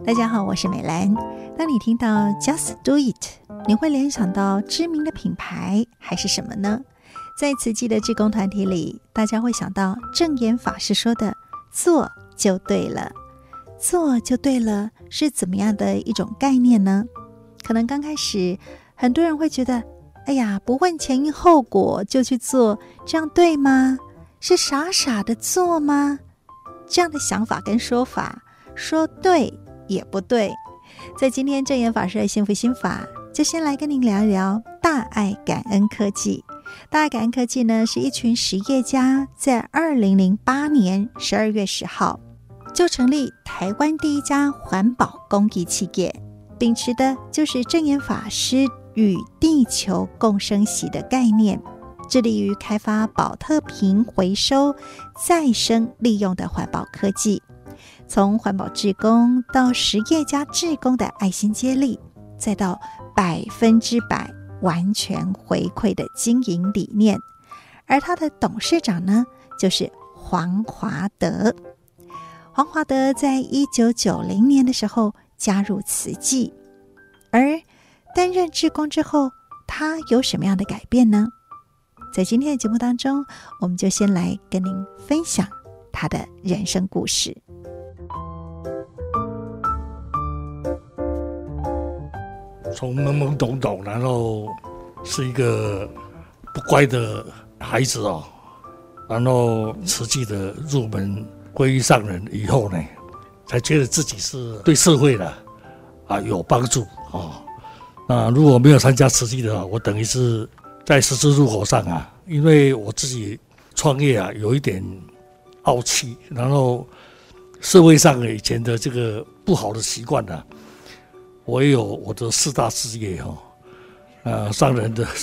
大家好，我是美兰。当你听到 Just Do It， 你会联想到知名的品牌还是什么呢？在慈济的志工团体里，大家会想到证严法师说的做就对了。做就对了是怎么样的一种概念呢？可能刚开始很多人会觉得，哎呀，不问前因后果就去做，这样对吗？是傻傻的做吗？这样的想法跟说法，说对也不对。在今天证严法师的幸福心法，就先来跟您聊一聊大爱感恩科技。大爱感恩科技呢，是一群实业家在2008年12月10号就成立台湾第一家环保公益企业，秉持的就是证严法师与地球共生息的概念，致力于开发保特瓶回收、再生利用的环保科技。从环保志工到实业家志工的爱心接力，再到100%完全回馈的经营理念。而他的董事长呢，就是黄华德。黄华德在1990年的时候加入慈济，而担任志工之后，他有什么样的改变呢？在今天的节目当中，我们就先来跟您分享他的人生故事。 从懵懵懂懂，然后是一个不乖的孩子哦，然后慈济的入门皈依上人以后呢，才觉得自己是对社会的有帮助哦。那如果没有参加慈济的话，我等于是在十字路口上因为我自己创业有一点傲气，然后社会上以前的这个不好的习惯我也有我的4大事业上人的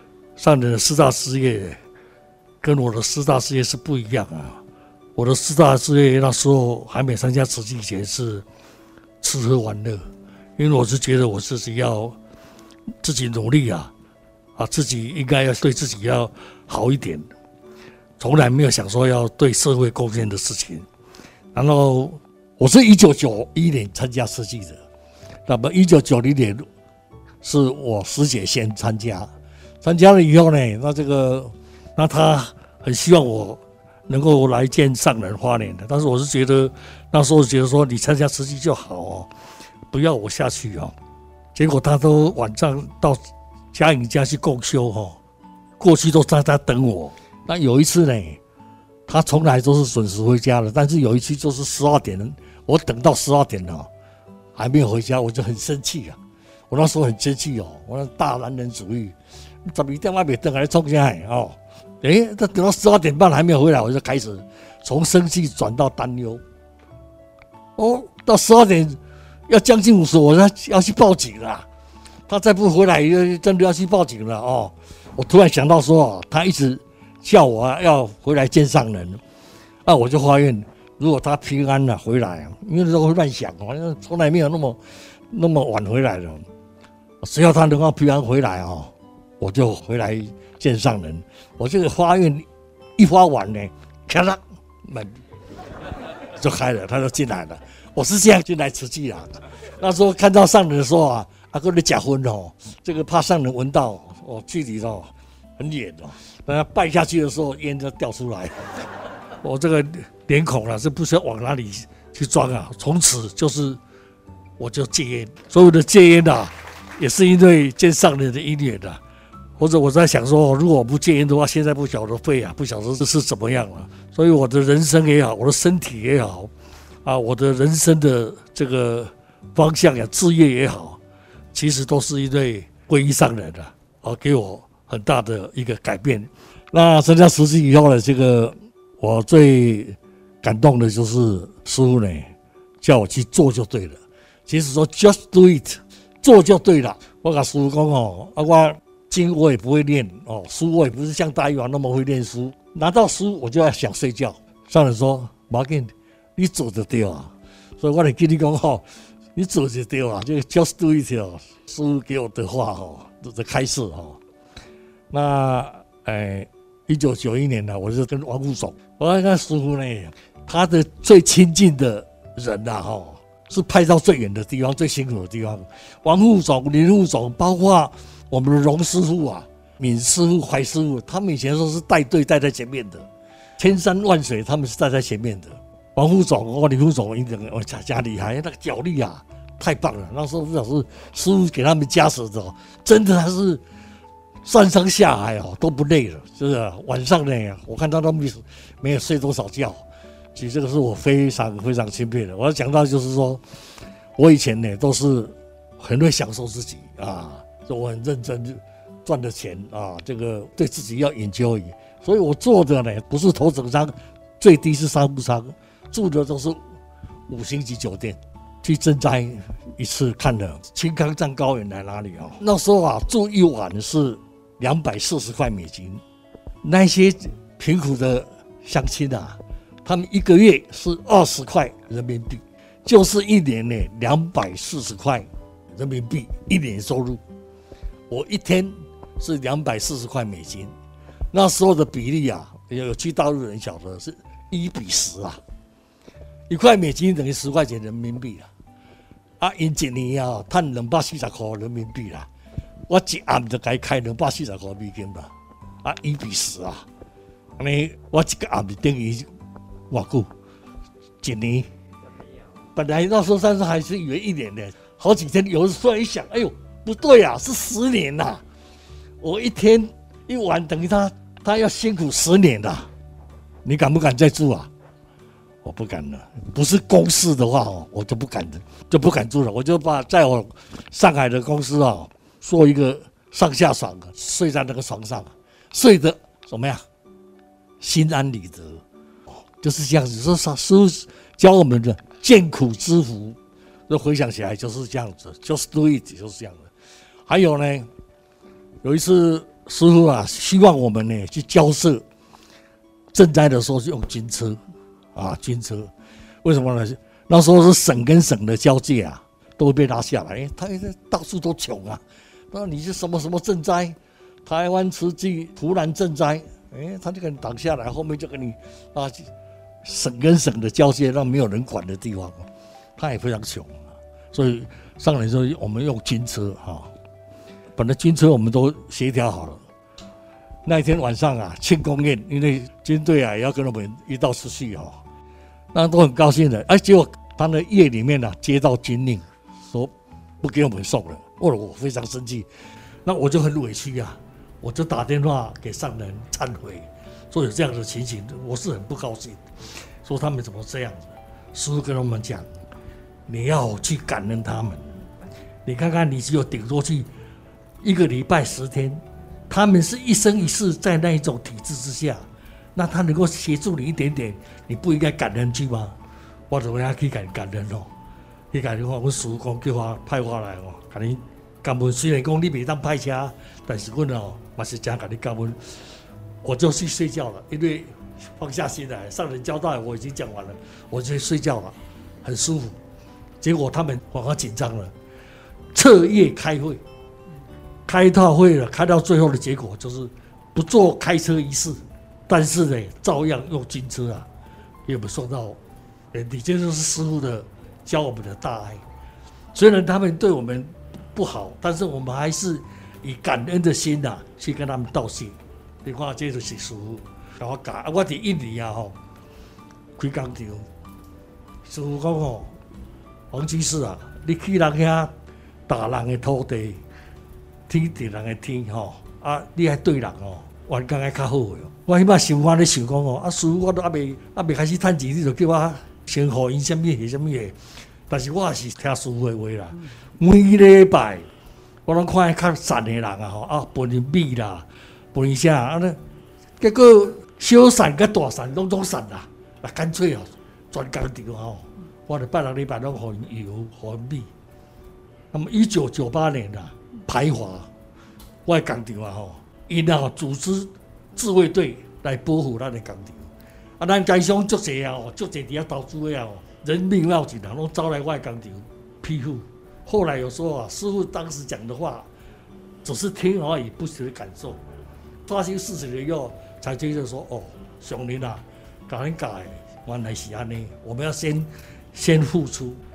4大事业跟我的4大事业是不一样我的4大事业那时候还没参加慈济以前是吃喝玩乐，因为我是觉得我自己要自己努力自己应该要对自己要好一点，从来没有想说要对社会贡献的事情。然后我是1991年参加慈济的，那么1990年是我师姐先参加了以后呢，那他很希望我能够来见上人花莲的，但是我是觉得那时候觉得说你参加慈济就好不要我下去结果他都晚上到嘉颖家去共修过去都在他等我。那有一次呢，他从来都是准时回家的，但是有一次就是12点，我等到12点还没有回家，我就很生气我那时候很生气我那大男人主义，12点还没等还冲下来他等到12点半还没有回来，我就开始从生气转到担忧到12点要将近50，我要去报警了。他再不回来，真的要去报警了我突然想到说他一直叫我要回来见上人我就发愿，如果他平安回来因为那时候会乱想从来没有那么晚回来的，只要他能够平安回来我就回来见上人。我这个发愿一发完呢，咔啦门就开了，他就进来了。我是这样进来慈济那时候看到上人的时候跟你假婚这个怕上人闻到距离很远等他拜下去的时候烟就掉出来，我这个脸孔是不知道往哪里去装从此就是我就戒烟，所有的戒烟也是因为见上人的因缘或者我在想说，如果我不戒烟的话，现在不晓得肺不晓得这是怎么样了。所以我的人生也好，我的身体也好我的人生的这个方向志业也好，其实都是因为皈依上人给我很大的一个改变。那参加慈济以后呢，这个我最感动的就是师父呢叫我去做就对了。其实说 just do it， 做就对了。我跟师父讲我经我也不会念书我也不是像大玉王那么会念书，拿到书我就要想睡觉。上人说不要紧，你做就对所以我就跟你讲你做就对就 just do it 师父给我的话的开示那1991年我就跟王副总，我跟师父呢，他的最亲近的人是派到最远的地方、最辛苦的地方。王副总、林副总，包括我们的荣师傅啊、闵师傅、怀师傅，他们以前都是带队带在前面的，千山万水他们是带在前面的。王副总、林副总一定加厉害，那个脚力啊太棒了。那时候老师师傅给他们加持的，真的还是上山下海都不累了，是不是？晚上呢，我看他都没有睡多少觉。其实这个是我非常非常钦佩的。我要讲到就是说，我以前呢都是很会享受自己啊，就我很认真赚的钱啊，这个对自己要enjoy，所以我做的呢不是头等舱，最低是商务舱，住的都是5星级酒店。去赈灾一次看了青康藏高原来哪里啊？那时候啊住一晚是240块美金，那些贫苦的乡亲啊，他们一个月是20块人民币，就是一年呢240块人民币一年收入。我一天是240块美金，那时候的比例啊，有去大陆人晓得是1比10啊，1块美金等于10块钱人民币啊。因一年啊赚240块人民币啦，我一暗就该开240块美金啦，1比10啊，安尼我一个暗就等于偌久？一年。本来那时候但是还是以为1年呢，好几天有时突然一想，哎呦不对啊，是10年呐！我一天一晚等于他要辛苦10年啦，你敢不敢再住啊？我不敢了，不是公司的话我就不敢住了。我就在我上海的公司做一个上下床，睡在那个床上，睡得怎么样？心安理得，就是这样子。说师父教我们的见苦知福，就回想起来就是这样子，就是 do it 就是这样的。还有呢，有一次师父希望我们呢去交涉赈灾的时候是用军车。军车，为什么呢？那时候是省跟省的交界都会被拉下来，他到处都穷啊。那你是什么什么赈灾，台湾慈济湖南赈灾，他就给你挡下来，后面就给你省跟省的交界，让没有人管的地方，他也非常穷所以上来说我们用军车本来军车我们都协调好了。那一天晚上庆功宴，因为军队也要跟我们一道出去那都很高兴的。结果他的夜里面接到军令，说不给我们送了。我非常生气，那我就很委屈我就打电话给上人忏悔，说有这样的情形，我是很不高兴，说他们怎么这样子。师父跟我们讲，你要去感恩他们，你看看你只有顶多去1个礼拜10天。他们是一生一世在那一种体制之下，那他能够协助你一点点，你不应该感恩去吗？我怎么样去感恩去感恩我师父讲叫我派我来给你感恩。虽然讲你没当派车，但是我也是这样给你感恩。我就去睡觉了，因为放下心来，上人交代我已经讲完了，我就去睡觉了，很舒服。结果他们反而紧张了，彻夜开会。开大会了，开到最后的结果就是不做开车仪式，但是呢，照样用军车给我们送到原地。这就是师父的教我们的大爱。虽然他们对我们不好，但是我们还是以感恩的心去跟他们道谢。你看，这就是师父给我教。我在印尼开工厂，师父讲黄居士你去人遐打人的土地。天地人的天你还对人员工还较好的我迄摆想法咧想讲师父我都还没开始赚钱，你就叫我先予因什么嘢什么嘢。但是我也是听师父的话啦，每礼拜我拢看较善的人分因米啦，分因啥结果小善甲大善拢善啦，干脆全工厂我就拜6礼拜拢予因油，予因米。那么1998年排华，我的工厂因组织自卫队来保护咱的工厂。咱街上足济足济伫遐投资的人命要紧拢招来我的工厂庇护。后来有说师父当时讲的话，只是听而已，不是感受。发生事情了以后，才觉得说上人教咱教的原来是安尼，我们要先付出，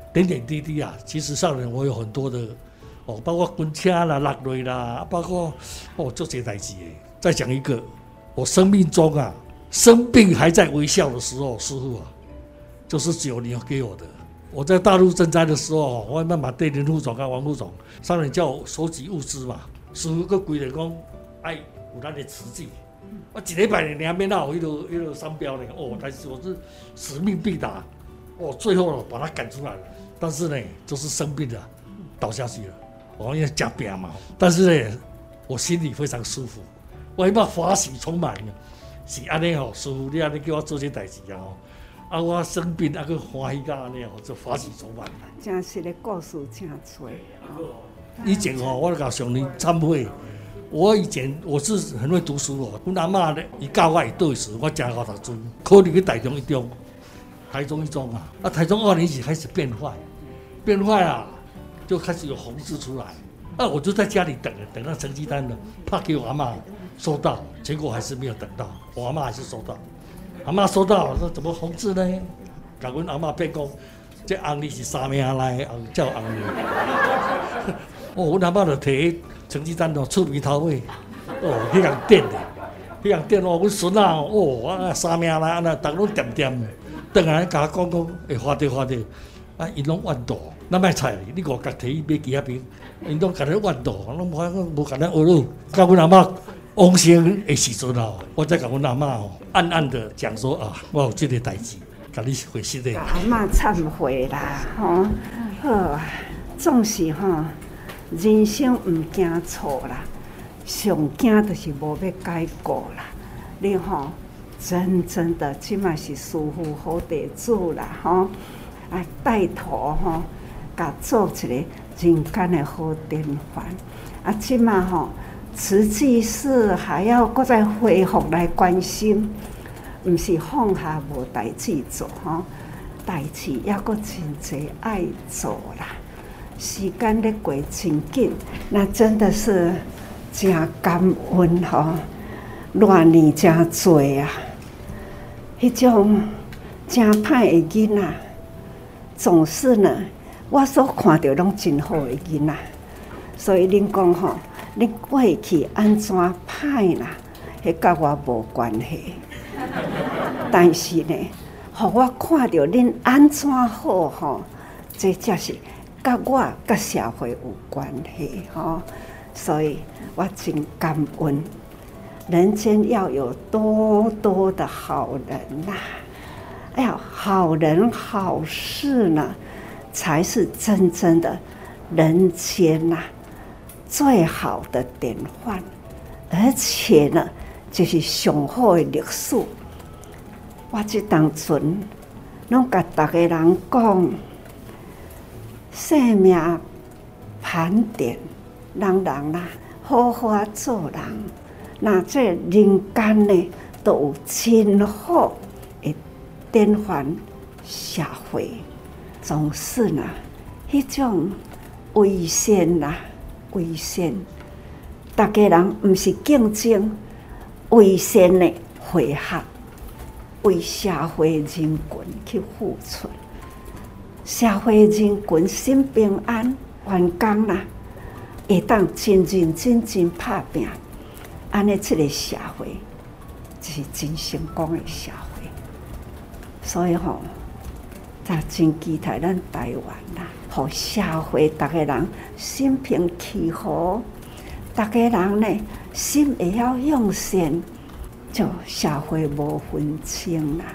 点点滴滴啊，其实上人我有很多的包括滚车啦、落泪啦，包括做这些代志的。再讲一个，我生命中啊，生病还在微笑的时候，师父啊，就是90年给我的。我在大陆赈灾的时候，我慢慢对林副总跟王副总，上人叫我收集物资嘛，师父佮规日讲，有咱的慈济，我一礼拜两边那有一个商标呢，但是我是使命必达，最后把它赶出来了。但是呢，就是生病了，倒下去了，因为加病嘛。但是呢，我心里非常舒服，我起码法喜充满，是安尼师父你安尼叫我做这代志我生病去欢喜到安尼就法喜充满。 真实的故事真多。 以前我甲上人忏悔，以前我是很会读书阮阿嬷咧，伊教我会读书，我真好读书，考入去台中一中，台中一中啊，台中2年级开始变坏啊，就开始有红字出来，我就在家里等到成绩单了，怕给我阿嬷收到，结果还是没有等到，我阿嬷还是收到。阿嬷收到，说怎么红字呢？甲阮阿嬷变讲，这红字是3名来的红，叫红字。阮阿嬷就摕成绩单触鼻头尾，去人点的，阮孙啊，3名来，安那逐拢点点，转来甲我讲会花着，因拢怨妒，咱莫睬你，5角摕去买鸡仔饼，因拢甲咱怨妒，拢无甲咱学咯，甲阮阿嬷。往生的时阵我再甲阮阿嬷暗暗的讲说我有这个代志，甲你回信的。 阿嬷忏悔啦，好啊，总是人生唔惊错啦，上惊就是无要改过啦。你真的即嘛是师父好弟子啦，带头甲做一个人间的好典范。即嘛慈济是还要搁再恢复来关心，唔是放下无代志做代志还搁真侪爱做啦。时间咧过真紧，那真的是真感恩乱年真多啊！迄种真歹的囡仔，总是呢，我所看到拢真好的囡仔，所以恁讲你过去安怎歹啦？迄甲我无关系。但是呢，互我看到恁安怎好这才是甲我甲社会有关系所以我真感恩。人间要有多多的好人好人好事呢，才是真正的人间最好的典范，而且呢，就是上好的历史。我这当阵拢甲大家人讲，生命盘点，人好好做人，那这人间呢都有真好的典范社会，总是呢，迄种危险危险，大家人唔是竞争，危险的会合，为社会人群去付出，社会人群心平安，员工会当真认真拍拼，安尼这个社会就是真成功的社会。所以才真期待咱台湾互社会大家人心平气和，大家人呢心会晓向善，就社会无纷争啦。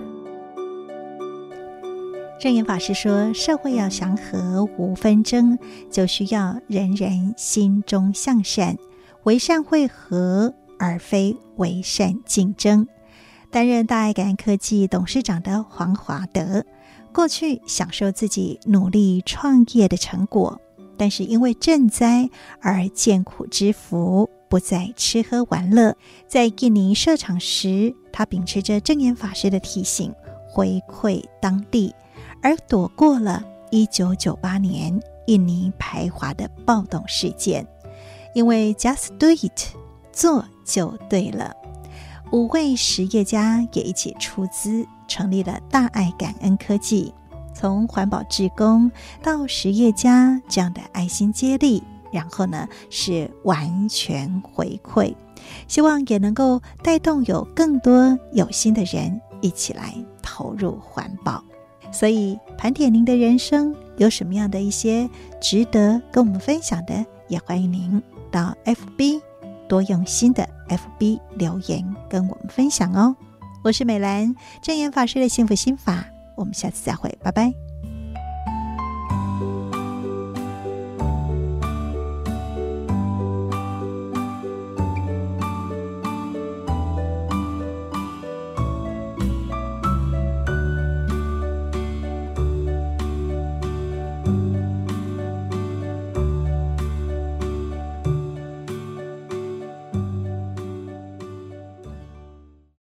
正言法师说，社会要祥和无纷争，就需要人人心中向善，为善会合，而非为善竞争。担任大爱感恩科技董事长的黄华德，过去享受自己努力创业的成果，但是因为赈灾而见苦知福，不再吃喝玩乐。在印尼设厂时，他秉持着正言法师的提醒，回馈当地，而躲过了1998年印尼排华的暴动事件。因为 Just Do It， 做就对了。5位实业家也一起出资成立了大爱感恩科技， 从环保志工到实业家这样的爱心接力，然后呢是完全回馈，希望也能够带动有更多有心的人一起来投入环保。所以盘点您的人生有什么样的一些值得跟我们分享的，也欢迎您到 FB 多用心的 FB 留言跟我们分享哦。我是美兰，正言法师的幸福心法，我们下次再会，拜拜。